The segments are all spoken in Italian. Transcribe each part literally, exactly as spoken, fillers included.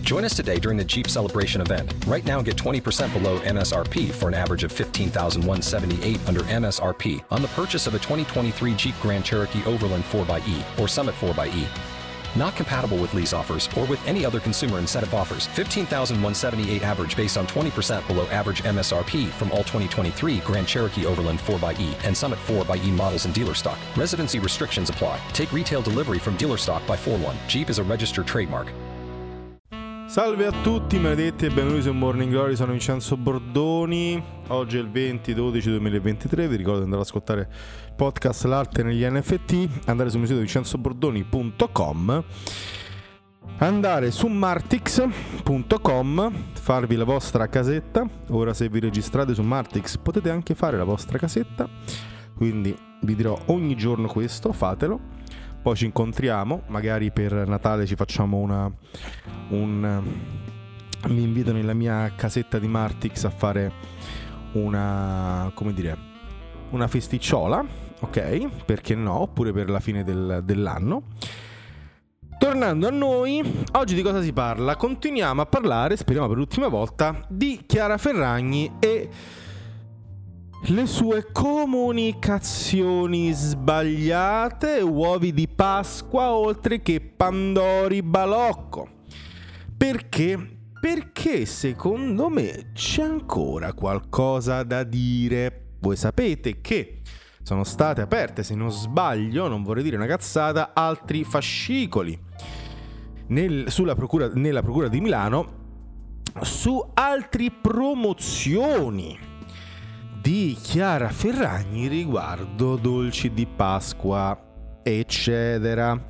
Join us today during the Jeep Celebration event. Right now, get twenty percent below M S R P for an average of fifteen thousand one hundred seventy-eight dollars under M S R P on the purchase of a twenty twenty-three Jeep Grand Cherokee Overland four by E or Summit four by E. Not compatible with lease offers or with any other consumer incentive offers. fifteen thousand one hundred seventy-eight dollars average based on twenty percent below average M S R P from all twenty twenty-three Grand Cherokee Overland four by E and Summit four by E models in dealer stock. Residency restrictions apply. Take retail delivery from dealer stock by four one. Jeep is a registered trademark. Salve a tutti maledetti e benvenuti su Morning Glory, sono Vincenzo Bordoni. Oggi è il venti dodici duemilaventitré, vi ricordo di andare ad ascoltare il podcast L'arte negli N F T, andare sul mio sito vincenzo bordoni punto com, andare su martix punto com, farvi la vostra casetta. Ora se vi registrate su Martix potete anche fare la vostra casetta, quindi vi dirò ogni giorno questo, fatelo. Poi ci incontriamo, magari per Natale ci facciamo una un mi invito nella mia casetta di Martix a fare una, come dire, una festicciola, ok? Perché no? Oppure per la fine del, dell'anno. Tornando a noi, oggi di cosa si parla? Continuiamo a parlare, speriamo per l'ultima volta, di Chiara Ferragni e le sue comunicazioni sbagliate, uovi di Pasqua oltre che Pandori Balocco. Perché? Perché secondo me c'è ancora qualcosa da dire. Voi sapete che sono state aperte, se non sbaglio, non vorrei dire una cazzata, altri fascicoli nel, sulla procura, nella procura di Milano su altri promozioni di Chiara Ferragni riguardo dolci di Pasqua, eccetera.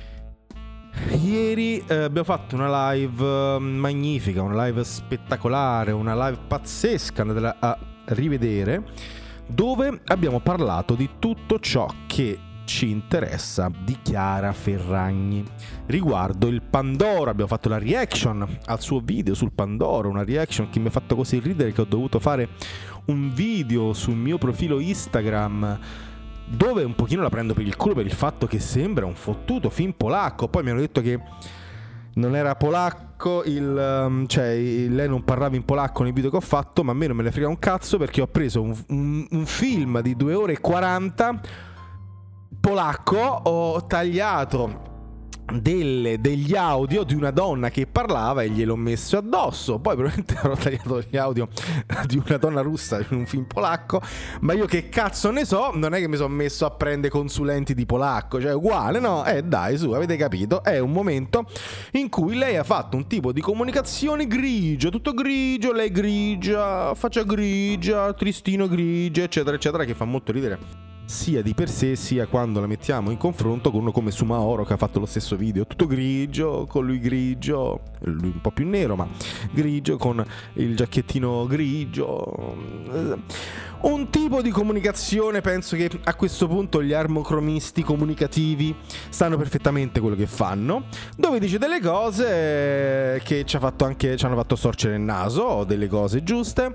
Ieri eh, abbiamo fatto una live eh, magnifica, una live spettacolare, una live pazzesca, andatela a rivedere, dove abbiamo parlato di tutto ciò che ci interessa di Chiara Ferragni riguardo il Pandoro. Abbiamo fatto la reaction al suo video sul Pandoro, una reaction che mi ha fatto così ridere che ho dovuto fare un video sul mio profilo Instagram dove un pochino la prendo per il culo per il fatto che sembra un fottuto film polacco. Poi mi hanno detto che non era polacco, il, cioè lei non parlava in polacco nel video che ho fatto, ma a me non me ne frega un cazzo perché ho preso un, un, un film di due ore e quaranta polacco, ho tagliato delle, degli audio di una donna che parlava e gliel'ho messo addosso. Poi probabilmente avrò tagliato gli audio di una donna russa in un film polacco, ma io che cazzo ne so, non è che mi sono messo a prendere consulenti di polacco, cioè uguale, no? Eh dai, su, avete capito? È un momento in cui lei ha fatto un tipo di comunicazione grigio, tutto grigio, lei grigia, faccia grigia, tristino grigia, eccetera eccetera, che fa molto ridere sia di per sé sia quando la mettiamo in confronto con uno come Sumaoro che ha fatto lo stesso video, tutto grigio, con lui grigio, lui un po' più nero ma grigio, con il giacchettino grigio. Un tipo di comunicazione, penso che a questo punto gli armocromisti comunicativi sanno perfettamente quello che fanno, dove dice delle cose che ci ha fatto anche, ci hanno fatto storcere il naso, delle cose giuste.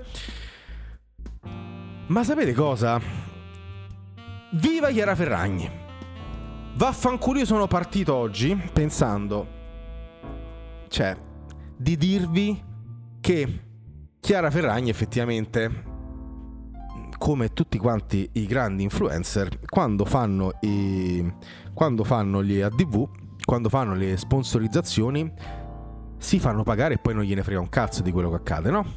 Ma sapete cosa? Viva Chiara Ferragni! Vaffanculo, io sono partito oggi pensando, cioè, di dirvi che Chiara Ferragni effettivamente, come tutti quanti i grandi influencer, quando fanno i quando fanno gli A D V, quando fanno le sponsorizzazioni, si fanno pagare e poi non gliene frega un cazzo di quello che accade, no?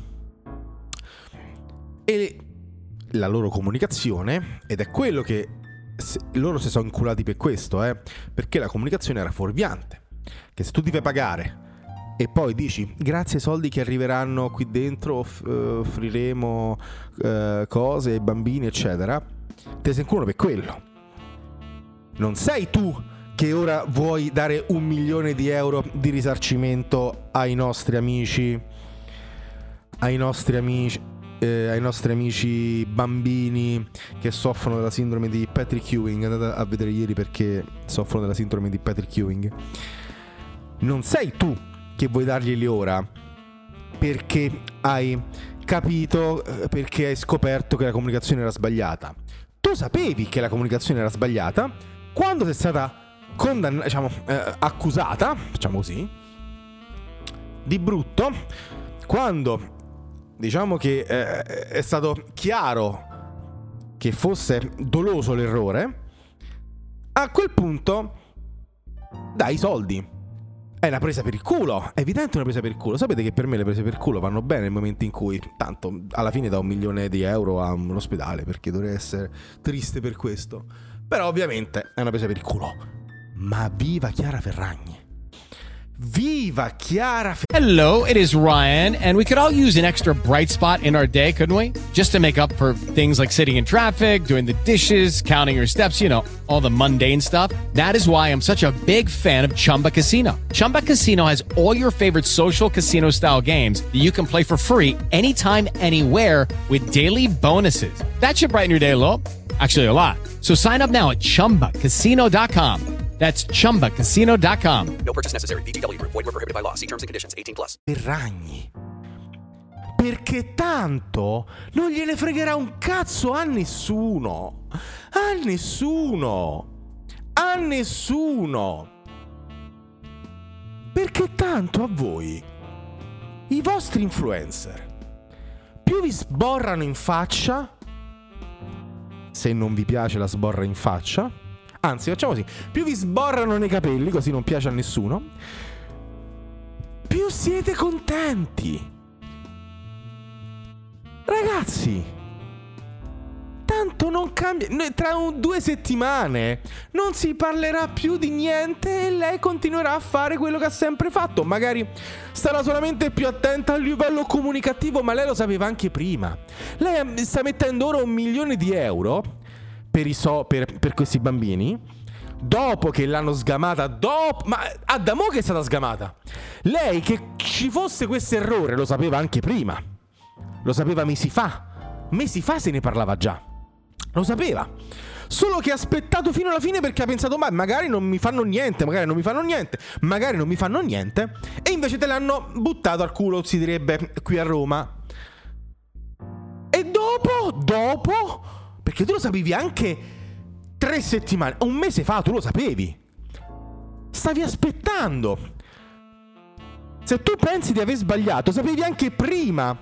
E la loro comunicazione, ed è quello che se, loro si sono inculati per questo, eh, perché la comunicazione era fuorviante, che se tu ti fai pagare e poi dici grazie ai soldi che arriveranno qui dentro off- offriremo uh, cose, bambini eccetera, te si inculano per quello. Non sei tu che ora vuoi dare un milione di euro di risarcimento ai nostri amici ai nostri amici Eh, ai nostri amici bambini che soffrono della sindrome di Patrick Ewing. Andate a vedere ieri perché soffrono della sindrome di Patrick Ewing. Non sei tu che vuoi darglieli ora perché hai capito, perché hai scoperto che la comunicazione era sbagliata. Tu sapevi che la comunicazione era sbagliata quando sei stata condannata, diciamo, eh, accusata, facciamo così, di brutto quando, diciamo che eh, è stato chiaro che fosse doloso l'errore, a quel punto dai i soldi. È una presa per il culo, è evidente una presa per il culo. Sapete che per me le prese per il culo vanno bene nel momento in cui, tanto, alla fine da un milione di euro a un ospedale, perché dovrei essere triste per questo. Però ovviamente è una presa per il culo. Ma viva Chiara Ferragni! Viva Chiara Ferragni! Hello, it is Ryan, and we could all use an extra bright spot in our day, couldn't we? Just to make up for things like sitting in traffic, doing the dishes, counting your steps, you know, all the mundane stuff. That is why I'm such a big fan of Chumba Casino. Chumba Casino has all your favorite social casino style games that you can play for free anytime, anywhere with daily bonuses. That should brighten your day a little. Actually, a lot. So sign up now at chumba casino dot com. That's chumba casino dot com. No purchase necessary. V G W Group. Void where prohibited by law. See terms and conditions. eighteen plus. Ferragni. Perché tanto non gliene fregherà un cazzo a nessuno. A nessuno. A nessuno. Perché tanto a voi, i vostri influencer, più vi sborrano in faccia, se non vi piace la sborra in faccia, anzi facciamo così, più vi sborrano nei capelli, così non piace a nessuno, più siete contenti. Ragazzi, tanto non cambia. Tra un, due settimane non si parlerà più di niente e lei continuerà a fare quello che ha sempre fatto. Magari sarà solamente più attenta a livello comunicativo, ma lei lo sapeva anche prima. Lei sta mettendo ora un milione di euro per, i so, per, per questi bambini, dopo che l'hanno sgamata, dopo, ma ah, da mo' che è stata sgamata. Lei che ci fosse questo errore lo sapeva anche prima. Lo sapeva mesi fa. Mesi fa se ne parlava già. Lo sapeva. Solo che ha aspettato fino alla fine perché ha pensato, ma magari non mi fanno niente, magari non mi fanno niente, magari non mi fanno niente. E invece te l'hanno buttato al culo, si direbbe qui a Roma. E dopo, dopo, perché tu lo sapevi anche tre settimane, un mese fa tu lo sapevi. Stavi aspettando. Se tu pensi di aver sbagliato, sapevi anche prima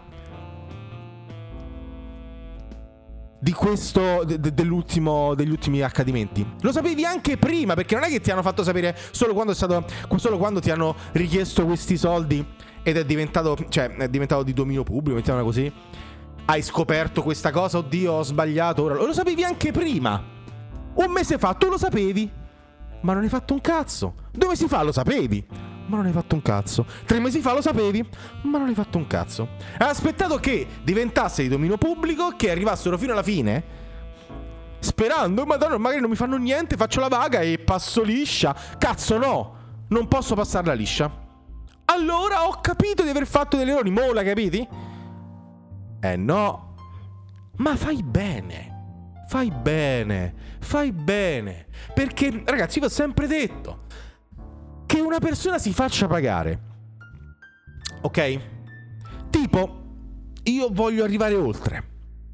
di questo de, dell'ultimo degli ultimi accadimenti. Lo sapevi anche prima, perché non è che ti hanno fatto sapere solo quando è stato solo quando ti hanno richiesto questi soldi ed è diventato, cioè è diventato di dominio pubblico, mettiamola così. Hai scoperto questa cosa, oddio, ho sbagliato, ora lo sapevi anche prima. Un mese fa tu lo sapevi, ma non hai fatto un cazzo. Due mesi fa lo sapevi, ma non hai fatto un cazzo. Tre mesi fa lo sapevi, ma non hai fatto un cazzo. Hai aspettato che diventasse di dominio pubblico, che arrivassero fino alla fine, sperando, madonna, magari non mi fanno niente, faccio la vaga e passo liscia. Cazzo no, non posso passarla liscia. Allora ho capito di aver fatto degli errori, mo' l'hai capiti? Eh no. Ma fai bene. Fai bene. Fai bene. Perché, ragazzi, vi ho sempre detto che una persona si faccia pagare, ok? Tipo, io voglio arrivare oltre.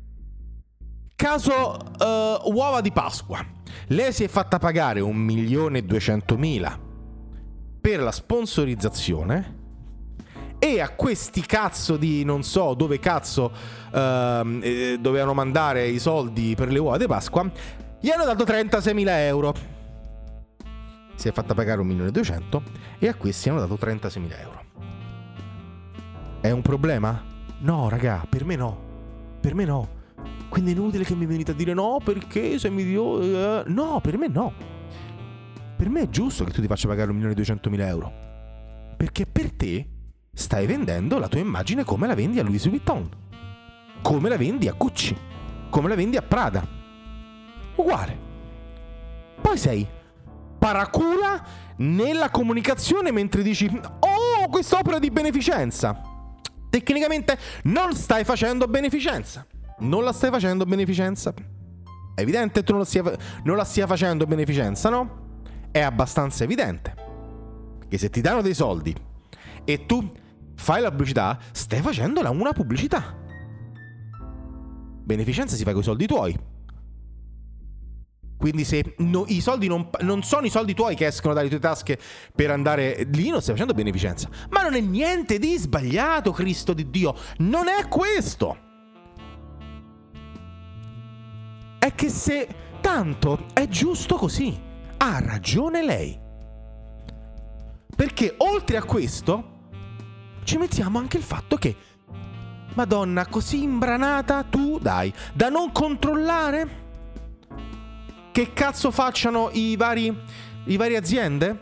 Caso uh, uova di Pasqua. Lei si è fatta pagare un milione e duecentomila per la sponsorizzazione, e a questi cazzo di non so dove cazzo uh, eh, dovevano mandare i soldi per le uova di Pasqua, gli hanno dato trentaseimila euro. Si è fatta pagare un milione e duecento e a questi hanno dato trentaseimila euro. È un problema? No, raga, per me no. Per me no. Quindi è inutile che mi venite a dire no, perché sei invidioso. No, per me no. Per me è giusto che tu ti faccia pagare un milione e duecentomila euro. Perché per te stai vendendo la tua immagine come la vendi a Louis Vuitton, come la vendi a Gucci, come la vendi a Prada. Uguale. Poi sei paracula nella comunicazione mentre dici oh, quest'opera di beneficenza. Tecnicamente non stai facendo beneficenza. Non la stai facendo beneficenza. È evidente che tu non la stia, non la stia facendo beneficenza, no? È abbastanza evidente che se ti danno dei soldi e tu fai la pubblicità, stai facendo una pubblicità. Beneficenza si fa con i soldi tuoi. Quindi se no, i soldi non, non sono i soldi tuoi che escono dalle tue tasche per andare lì, non stai facendo beneficenza. Ma non è niente di sbagliato, Cristo di Dio. Non è questo. È che se tanto è giusto così. Ha ragione lei. Perché oltre a questo ci mettiamo anche il fatto che, Madonna, così imbranata tu, dai, da non controllare che cazzo facciano i vari i vari aziende?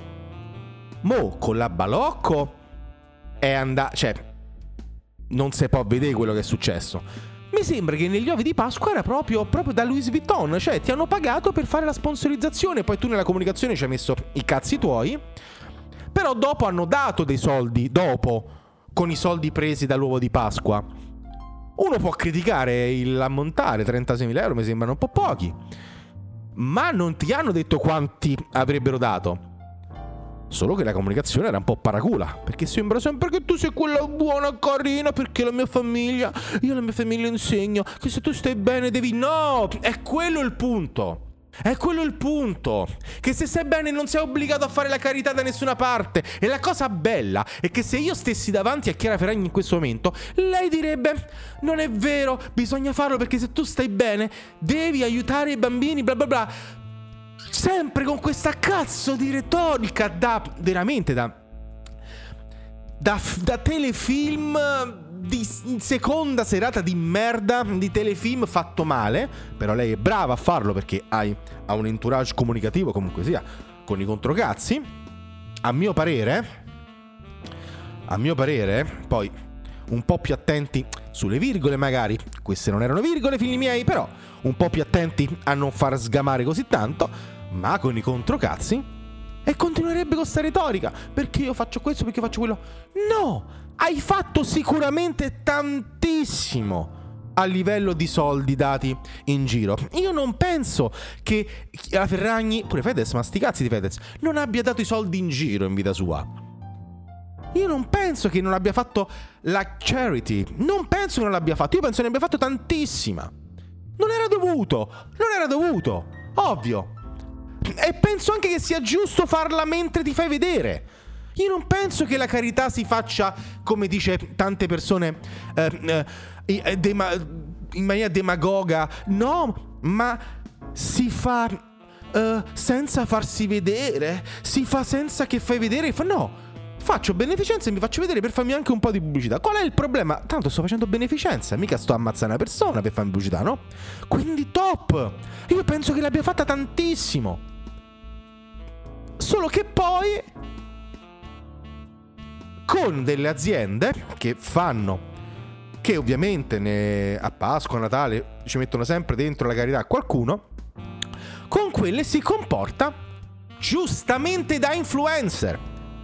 Mo con la Balocco è andata, cioè non si può vedere quello che è successo. Mi sembra che negli ovi di Pasqua era proprio, proprio da Louis Vuitton, cioè ti hanno pagato per fare la sponsorizzazione, poi tu nella comunicazione ci hai messo i cazzi tuoi, però dopo hanno dato dei soldi, dopo, con i soldi presi dall'uovo di Pasqua. Uno può criticare il ammontare, trentaseimila euro mi sembrano un po' pochi, ma non ti hanno detto quanti avrebbero dato. Solo che la comunicazione era un po' paracula, perché sembra sempre che tu sei quella buona, carina, perché la mia famiglia, io alla mia famiglia insegno che se tu stai bene devi... No, è quello il punto. È quello il punto. Che se stai bene non sei obbligato a fare la carità da nessuna parte. E la cosa bella è che se io stessi davanti a Chiara Ferragni in questo momento, lei direbbe: non è vero, bisogna farlo perché se tu stai bene devi aiutare i bambini, bla bla bla. Sempre con questa cazzo di retorica da... veramente da... Da, da telefilm di seconda serata di merda, di telefilm fatto male. Però lei è brava a farlo perché hai, ha un entourage comunicativo comunque sia con i controcazzi. A mio parere A mio parere poi un po' più attenti sulle virgole magari. Queste non erano virgole, figli miei, però un po' più attenti a non far sgamare così tanto. Ma con i controcazzi. E continuerebbe con sta retorica: perché io faccio questo, perché faccio quello. No, hai fatto sicuramente tantissimo a livello di soldi dati in giro. Io non penso che la Ferragni, pure Fedez, ma sti cazzi di Fedez, non abbia dato i soldi in giro in vita sua. Io non penso che non abbia fatto la charity. Non penso che non l'abbia fatto. Io penso che ne abbia fatto tantissima. Non era dovuto. Non era dovuto. Ovvio. E penso anche che sia giusto farla mentre ti fai vedere. Io non penso che la carità si faccia, come dice tante persone, eh, eh, dema- in maniera demagoga. No, ma si fa eh, senza farsi vedere. Si fa senza che fai vedere. Fa, no, faccio beneficenza e mi faccio vedere per farmi anche un po' di pubblicità. Qual è il problema? Tanto sto facendo beneficenza, mica sto ammazzando una persona per farmi pubblicità, no? Quindi top. Io penso che l'abbia fatta tantissimo. Solo che poi con delle aziende che fanno, che ovviamente ne, a Pasqua, a Natale ci mettono sempre dentro la carità a qualcuno, con quelle si comporta giustamente da influencer.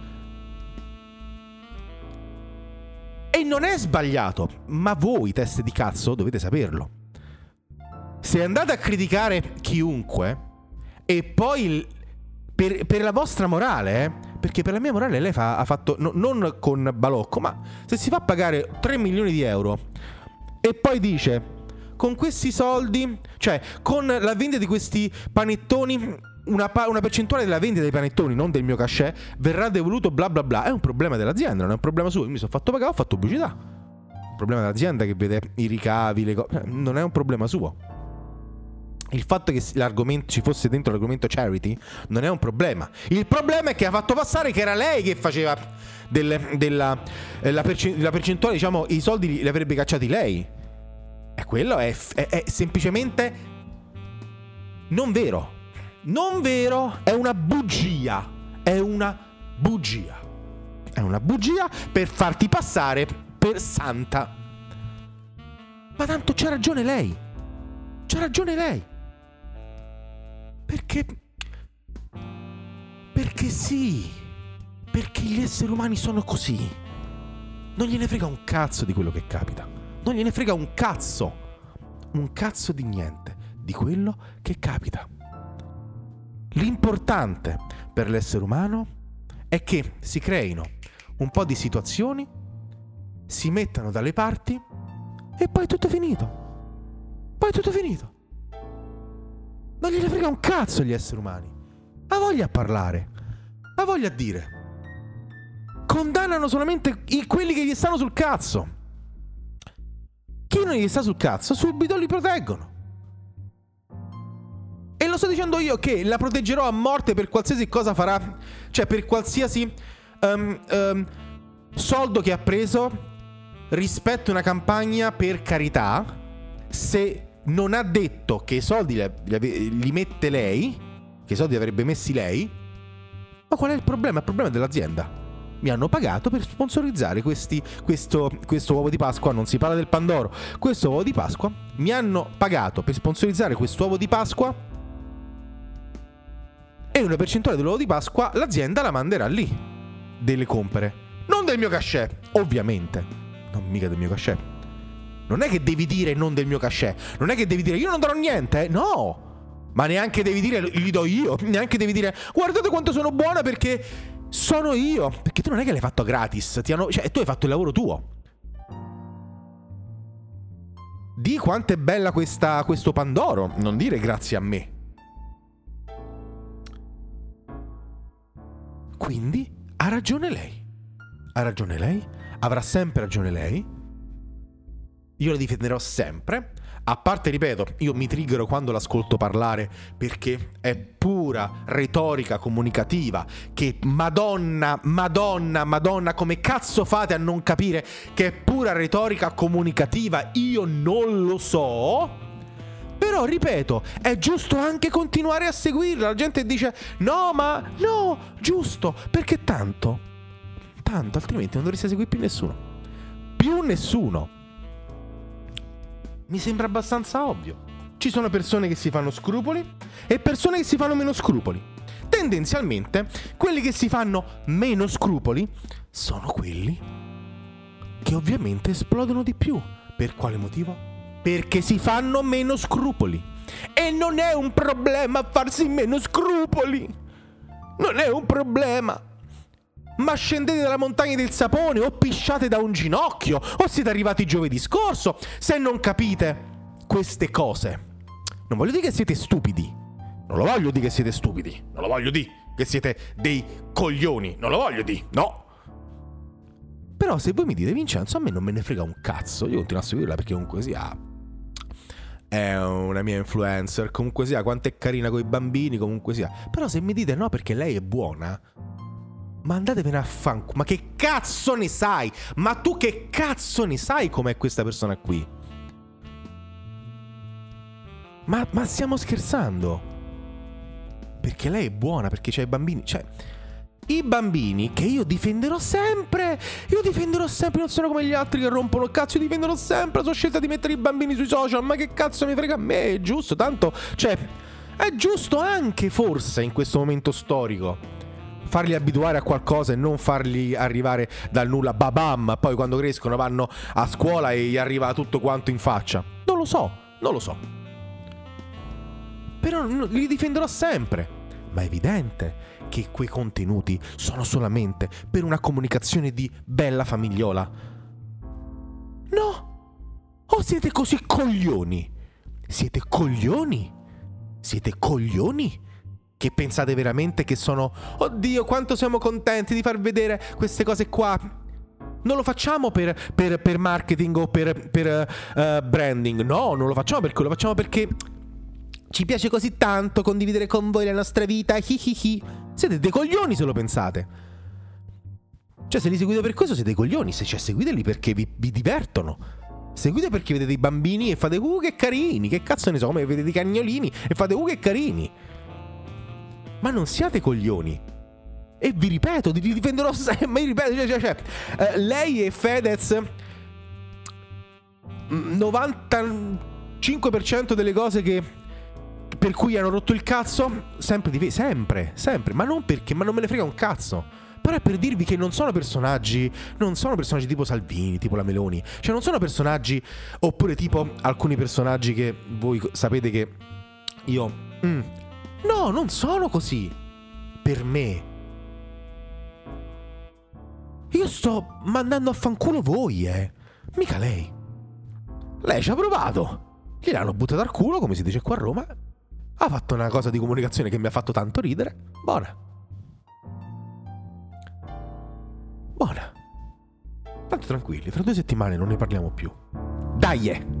E non è sbagliato, ma voi teste di cazzo dovete saperlo. Se andate a criticare chiunque e poi per, per la vostra morale, eh, perché per la mia morale lei fa, ha fatto no, non con Balocco, ma se si fa pagare tre milioni di euro e poi dice: con questi soldi, cioè con la vendita di questi panettoni, una, una percentuale della vendita dei panettoni, non del mio cachet, verrà devoluto bla bla bla, è un problema dell'azienda, non è un problema suo. Io mi sono fatto pagare, ho fatto pubblicità. Un problema dell'azienda che vede i ricavi, le cose, non è un problema suo. Il fatto che l'argomento ci fosse dentro l'argomento charity non è un problema. Il problema è che ha fatto passare che era lei che faceva del, della la, percent- la percentuale, diciamo, i soldi li, li avrebbe cacciati lei. E quello è, è, è semplicemente non vero. Non vero, è una bugia. È una bugia. È una bugia per farti passare per santa. Ma tanto c'ha ragione lei. C'ha ragione lei. Perché Perché sì. Perché gli esseri umani sono così. Non gliene frega un cazzo di quello che capita. Non gliene frega un cazzo. Un cazzo di niente di quello che capita. L'importante per l'essere umano è che si creino un po' di situazioni, si mettano dalle parti e poi è tutto finito. Poi è tutto finito. Non gliene frega un cazzo agli esseri umani. Ma voglia a parlare, ma voglia a dire. Condannano solamente i, quelli che gli stanno sul cazzo. Chi non gli sta sul cazzo subito li proteggono. E lo sto dicendo io che la proteggerò a morte per qualsiasi cosa farà. Cioè per qualsiasi um, um, soldo che ha preso rispetto a una campagna, per carità. Se non ha detto che i soldi li, li, li mette lei, che i soldi li avrebbe messi lei, ma qual è il problema? Il problema è dell'azienda. Mi hanno pagato per sponsorizzare questi, questo, questo uovo di Pasqua. Non si parla del Pandoro. Questo uovo di Pasqua. Mi hanno pagato per sponsorizzare questo uovo di Pasqua. E una percentuale dell'uovo di Pasqua l'azienda la manderà lì. Delle compere. Non del mio cachet, ovviamente. Non mica del mio cachet. Non è che devi dire non del mio cachet. Non è che devi dire io non darò niente, eh? No. Ma neanche devi dire li do io. Neanche devi dire guardate quanto sono buona perché sono io. Perché tu non è che l'hai fatto gratis. Ti hanno, cioè tu hai fatto il lavoro tuo. Di quanto è bella questa, questo Pandoro. Non dire grazie a me. Quindi ha ragione lei. Ha ragione lei. Avrà sempre ragione lei. Io la difenderò sempre. A parte, ripeto, io mi triggero quando l'ascolto parlare perché è pura retorica comunicativa. Che madonna, madonna, madonna, come cazzo fate a non capire che è pura retorica comunicativa? Io non lo so. Però, ripeto, è giusto anche continuare a seguirla. La gente dice no, ma no, giusto, perché tanto, tanto, altrimenti non dovreste seguire più nessuno. Più nessuno. Mi sembra abbastanza ovvio. Ci sono persone che si fanno scrupoli e persone che si fanno meno scrupoli. Tendenzialmente, quelli che si fanno meno scrupoli sono quelli che ovviamente esplodono di più. Per quale motivo? Perché si fanno meno scrupoli. E non è un problema farsi meno scrupoli. Non è un problema. Ma scendete dalla montagna del sapone o pisciate da un ginocchio o siete arrivati giovedì scorso. Se non capite queste cose, non voglio dire che siete stupidi. Non lo voglio dire che siete stupidi. Non lo voglio dire che siete dei coglioni. Non lo voglio dire, no. Però se voi mi dite Vincenzo, a me non me ne frega un cazzo. Io continuo a seguirla perché comunque sia è una mia influencer, comunque sia quanto è carina coi bambini, comunque sia. Però se mi dite no perché lei è buona, ma andatevene a fanculo. Ma che cazzo ne sai? Ma tu che cazzo ne sai com'è questa persona qui? Ma, ma stiamo scherzando? Perché lei è buona, perché c'ha i bambini. Cioè, i bambini che io difenderò sempre. Io difenderò sempre, non sono come gli altri che rompono il cazzo. Io difenderò sempre, sono scelta di mettere i bambini sui social. Ma che cazzo mi frega a me? È giusto, tanto, cioè, è giusto anche forse in questo momento storico farli abituare a qualcosa e non farli arrivare dal nulla babam. Poi quando crescono vanno a scuola e gli arriva tutto quanto in faccia. Non lo so, non lo so. Però li difenderò sempre. Ma è evidente che quei contenuti sono solamente per una comunicazione di bella famigliola. No! O siete così coglioni? Siete coglioni? Siete coglioni? Che pensate veramente che sono oddio quanto siamo contenti di far vedere queste cose qua. Non lo facciamo per, per, per marketing o per, per uh, branding. No, non lo facciamo perché lo facciamo perché ci piace così tanto condividere con voi la nostra vita. Hi hi hi. Siete dei coglioni se lo pensate. Cioè se li seguite per questo siete dei coglioni. Se cioè seguiteli perché vi, vi divertono. Seguite perché vedete i bambini e fate uh che carini. Che cazzo ne so, come vedete i cagnolini e fate uh che carini. Ma non siate coglioni. E vi ripeto, vi difenderò sempre. Mi ripeto, cioè, cioè, cioè eh, lei e Fedez novantacinque per cento delle cose che per cui hanno rotto il cazzo sempre di sempre, sempre, ma non perché, ma non me ne frega un cazzo. Però è per dirvi che non sono personaggi, non sono personaggi tipo Salvini, tipo la Meloni. Cioè non sono personaggi, oppure tipo alcuni personaggi che voi sapete che io mm, no, non sono così. Per me. Io sto mandando a fanculo voi, eh. Mica lei. Lei ci ha provato. Gliel'hanno buttato al culo, come si dice qua a Roma. Ha fatto una cosa di comunicazione che mi ha fatto tanto ridere. Buona. Buona. Tanto tranquilli, tra due settimane non ne parliamo più. Dai!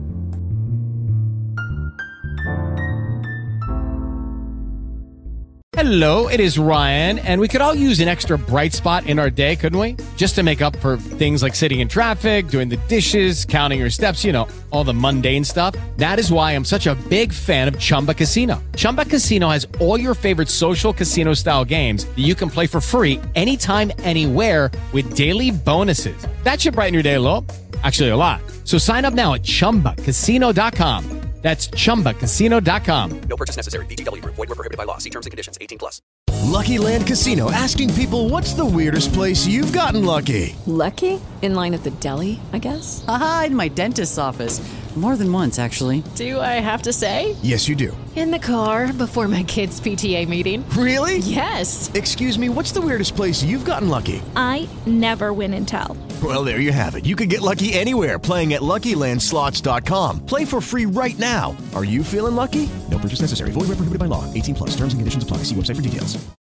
Hello, it is Ryan, and we could all use an extra bright spot in our day, couldn't we? Just to make up for things like sitting in traffic, doing the dishes, counting your steps, you know, all the mundane stuff. That is why I'm such a big fan of Chumba Casino. Chumba Casino has all your favorite social casino-style games that you can play for free anytime, anywhere with daily bonuses. That should brighten your day a little. Actually, a lot. So sign up now at chumba casino dot com. That's chumba casino dot com. No purchase necessary. V G W Group. Void where prohibited by law. See terms and conditions. eighteen plus. Lucky Land Casino, asking people, what's the weirdest place you've gotten lucky? Lucky? In line at the deli, I guess? Aha, in my dentist's office. More than once, actually. Do I have to say? Yes, you do. In the car before my kids' P T A meeting. Really? Yes. Excuse me, what's the weirdest place you've gotten lucky? I never win and tell. Well, there you have it. You can get lucky anywhere, playing at Lucky Land Slots dot com. Play for free right now. Are you feeling lucky? No purchase necessary. Void where prohibited by law. eighteen plus. Terms and conditions apply. See website for details.